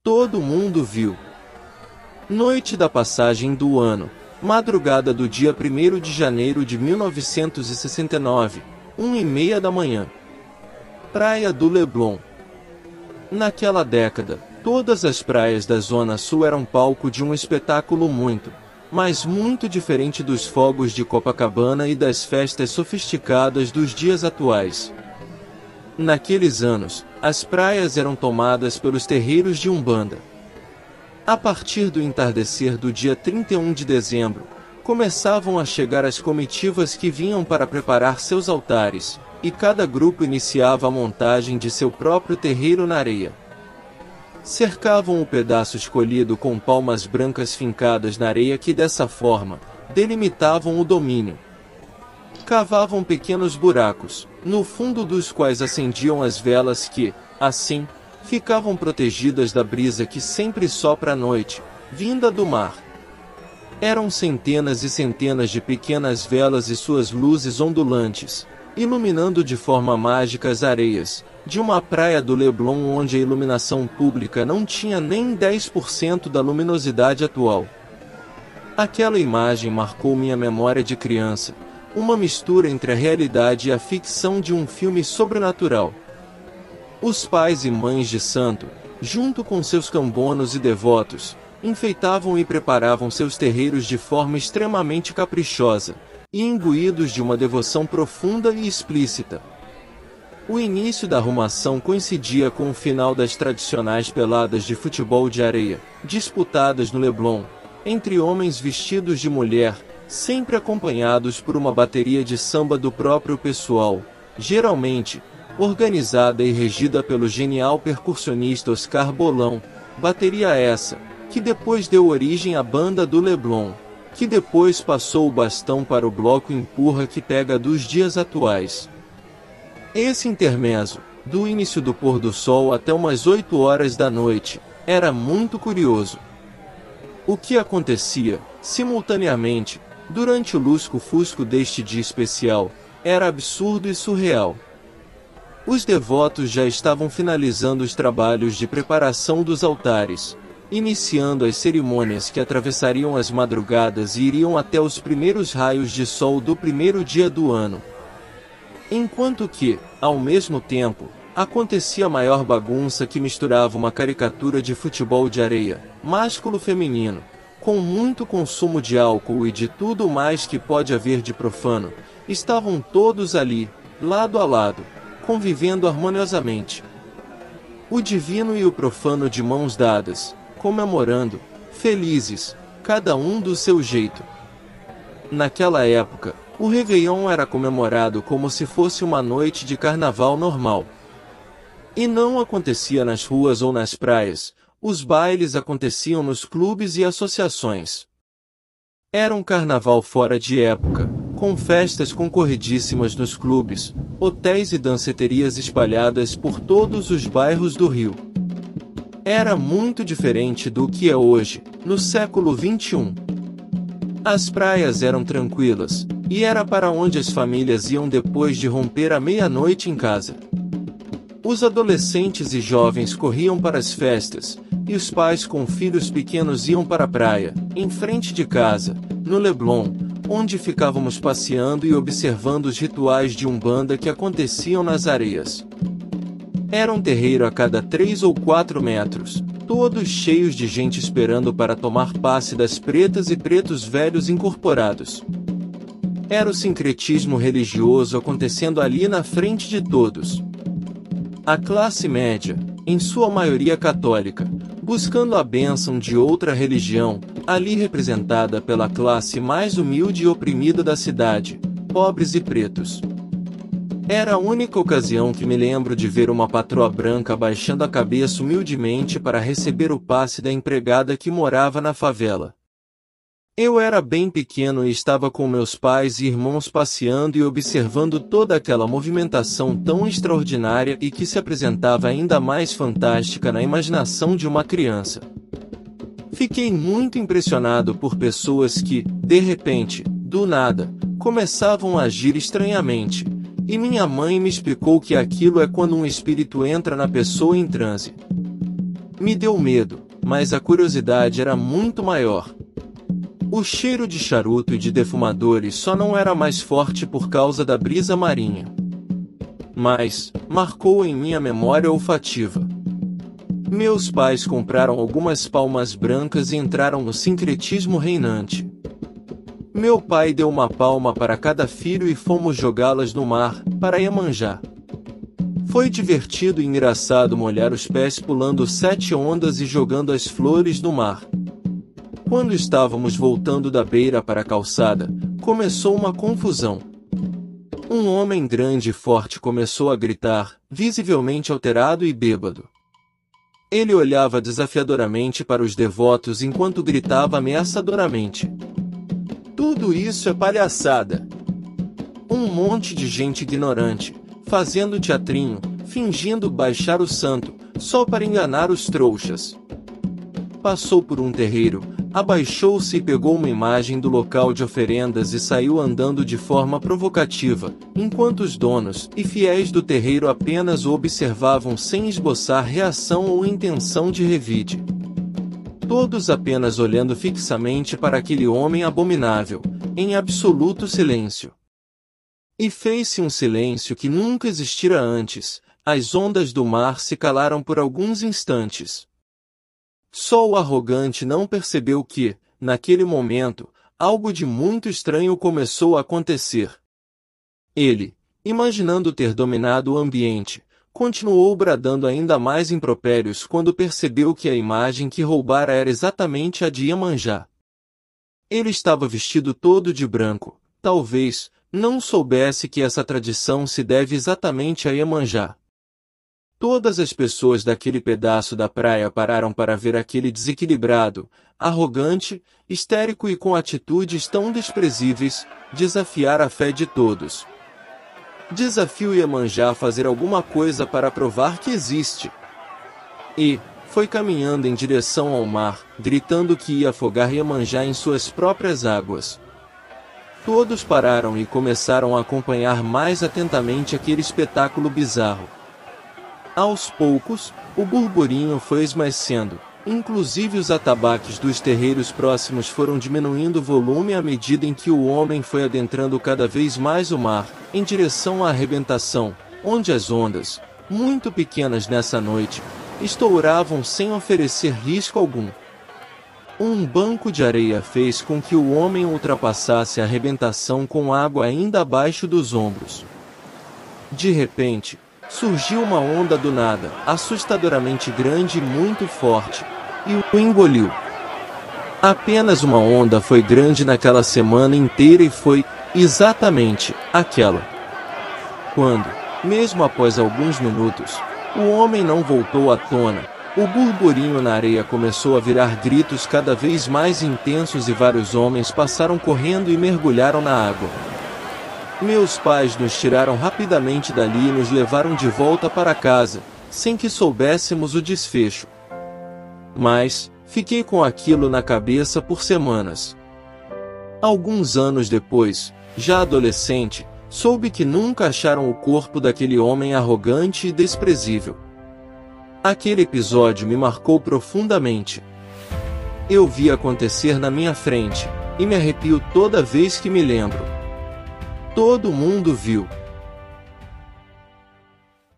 Todo mundo viu. Noite da passagem do ano, madrugada do dia 1º de janeiro de 1969, 1h30 da manhã. Praia do Leblon. Naquela década, todas as praias da Zona Sul eram palco de um espetáculo muito, mas muito diferente dos fogos de Copacabana e das festas sofisticadas dos dias atuais. Naqueles anos, as praias eram tomadas pelos terreiros de Umbanda. A partir do entardecer do dia 31 de dezembro, começavam a chegar as comitivas que vinham para preparar seus altares, e cada grupo iniciava a montagem de seu próprio terreiro na areia. Cercavam o pedaço escolhido com palmas brancas fincadas na areia que dessa forma, delimitavam o domínio. Cavavam pequenos buracos, no fundo dos quais acendiam as velas que, assim, ficavam protegidas da brisa que sempre sopra à noite, vinda do mar. Eram centenas e centenas de pequenas velas e suas luzes ondulantes, iluminando de forma mágica as areias, de uma praia do Leblon onde a iluminação pública não tinha nem 10% da luminosidade atual. Aquela imagem marcou minha memória de criança, uma mistura entre a realidade e a ficção de um filme sobrenatural. Os pais e mães de santo, junto com seus cambonos e devotos, enfeitavam e preparavam seus terreiros de forma extremamente caprichosa, e imbuídos de uma devoção profunda e explícita. O início da arrumação coincidia com o final das tradicionais peladas de futebol de areia, disputadas no Leblon, entre homens vestidos de mulher, sempre acompanhados por uma bateria de samba do próprio pessoal, geralmente, organizada e regida pelo genial percussionista Oscar Bolão, bateria essa, que depois deu origem à Banda do Leblon, que depois passou o bastão para o bloco Empurra que pega dos dias atuais. Esse intermezzo, do início do pôr do sol até umas 8 horas da noite, era muito curioso. O que acontecia, simultaneamente, durante o lusco-fusco deste dia especial, era absurdo e surreal. Os devotos já estavam finalizando os trabalhos de preparação dos altares, iniciando as cerimônias que atravessariam as madrugadas e iriam até os primeiros raios de sol do primeiro dia do ano. Enquanto que, ao mesmo tempo, acontecia a maior bagunça que misturava uma caricatura de futebol de areia, másculo-feminino, com muito consumo de álcool e de tudo mais que pode haver de profano, estavam todos ali, lado a lado, convivendo harmoniosamente. O divino e o profano de mãos dadas, comemorando, felizes, cada um do seu jeito. Naquela época, o Réveillon era comemorado como se fosse uma noite de carnaval normal. E não acontecia nas ruas ou nas praias, os bailes aconteciam nos clubes e associações. Era um carnaval fora de época, com festas concorridíssimas nos clubes, hotéis e danceterias espalhadas por todos os bairros do Rio. Era muito diferente do que é hoje, no século XXI. As praias eram tranquilas, e era para onde as famílias iam depois de romper a meia-noite em casa. Os adolescentes e jovens corriam para as festas, e os pais com filhos pequenos iam para a praia, em frente de casa, no Leblon, onde ficávamos passeando e observando os rituais de Umbanda que aconteciam nas areias. Era um terreiro a cada 3 ou 4 metros, todos cheios de gente esperando para tomar passe das pretas e pretos velhos incorporados. Era o sincretismo religioso acontecendo ali na frente de todos. A classe média, em sua maioria católica, buscando a bênção de outra religião, ali representada pela classe mais humilde e oprimida da cidade, pobres e pretos. Era a única ocasião que me lembro de ver uma patroa branca abaixando a cabeça humildemente para receber o passe da empregada que morava na favela. Eu era bem pequeno e estava com meus pais e irmãos passeando e observando toda aquela movimentação tão extraordinária e que se apresentava ainda mais fantástica na imaginação de uma criança. Fiquei muito impressionado por pessoas que, de repente, do nada, começavam a agir estranhamente, e minha mãe me explicou que aquilo é quando um espírito entra na pessoa em transe. Me deu medo, mas a curiosidade era muito maior. O cheiro de charuto e de defumadores só não era mais forte por causa da brisa marinha. Mas marcou em minha memória olfativa. Meus pais compraram algumas palmas brancas e entraram no sincretismo reinante. Meu pai deu uma palma para cada filho e fomos jogá-las no mar, para Iemanjá. Foi divertido e engraçado molhar os pés pulando 7 ondas e jogando as flores no mar. Quando estávamos voltando da beira para a calçada, começou uma confusão. Um homem grande e forte começou a gritar, visivelmente alterado e bêbado. Ele olhava desafiadoramente para os devotos enquanto gritava ameaçadoramente: "Tudo isso é palhaçada! Um monte de gente ignorante, fazendo teatrinho, fingindo baixar o santo, só para enganar os trouxas." Passou por um terreiro, abaixou-se e pegou uma imagem do local de oferendas e saiu andando de forma provocativa, enquanto os donos e fiéis do terreiro apenas o observavam sem esboçar reação ou intenção de revide. Todos apenas olhando fixamente para aquele homem abominável, em absoluto silêncio. E fez-se um silêncio que nunca existira antes. As ondas do mar se calaram por alguns instantes. Só o arrogante não percebeu que, naquele momento, algo de muito estranho começou a acontecer. Ele, imaginando ter dominado o ambiente, continuou bradando ainda mais impropérios quando percebeu que a imagem que roubara era exatamente a de Iemanjá. Ele estava vestido todo de branco, talvez não soubesse que essa tradição se deve exatamente a Iemanjá. Todas as pessoas daquele pedaço da praia pararam para ver aquele desequilibrado, arrogante, histérico e com atitudes tão desprezíveis, desafiar a fé de todos. Desafio Iemanjá a fazer alguma coisa para provar que existe. E foi caminhando em direção ao mar, gritando que ia afogar Iemanjá em suas próprias águas. Todos pararam e começaram a acompanhar mais atentamente aquele espetáculo bizarro. Aos poucos, o burburinho foi esmaecendo, inclusive os atabaques dos terreiros próximos foram diminuindo o volume à medida em que o homem foi adentrando cada vez mais o mar, em direção à arrebentação, onde as ondas, muito pequenas nessa noite, estouravam sem oferecer risco algum. Um banco de areia fez com que o homem ultrapassasse a arrebentação com água ainda abaixo dos ombros. De repente, surgiu uma onda do nada, assustadoramente grande e muito forte, e o engoliu. Apenas uma onda foi grande naquela semana inteira e foi, exatamente, aquela. Quando, mesmo após alguns minutos, o homem não voltou à tona, o burburinho na areia começou a virar gritos cada vez mais intensos e vários homens passaram correndo e mergulharam na água. Meus pais nos tiraram rapidamente dali e nos levaram de volta para casa, sem que soubéssemos o desfecho. Mas, fiquei com aquilo na cabeça por semanas. Alguns anos depois, já adolescente, soube que nunca acharam o corpo daquele homem arrogante e desprezível. Aquele episódio me marcou profundamente. Eu vi acontecer na minha frente, e me arrepio toda vez que me lembro. Todo mundo viu.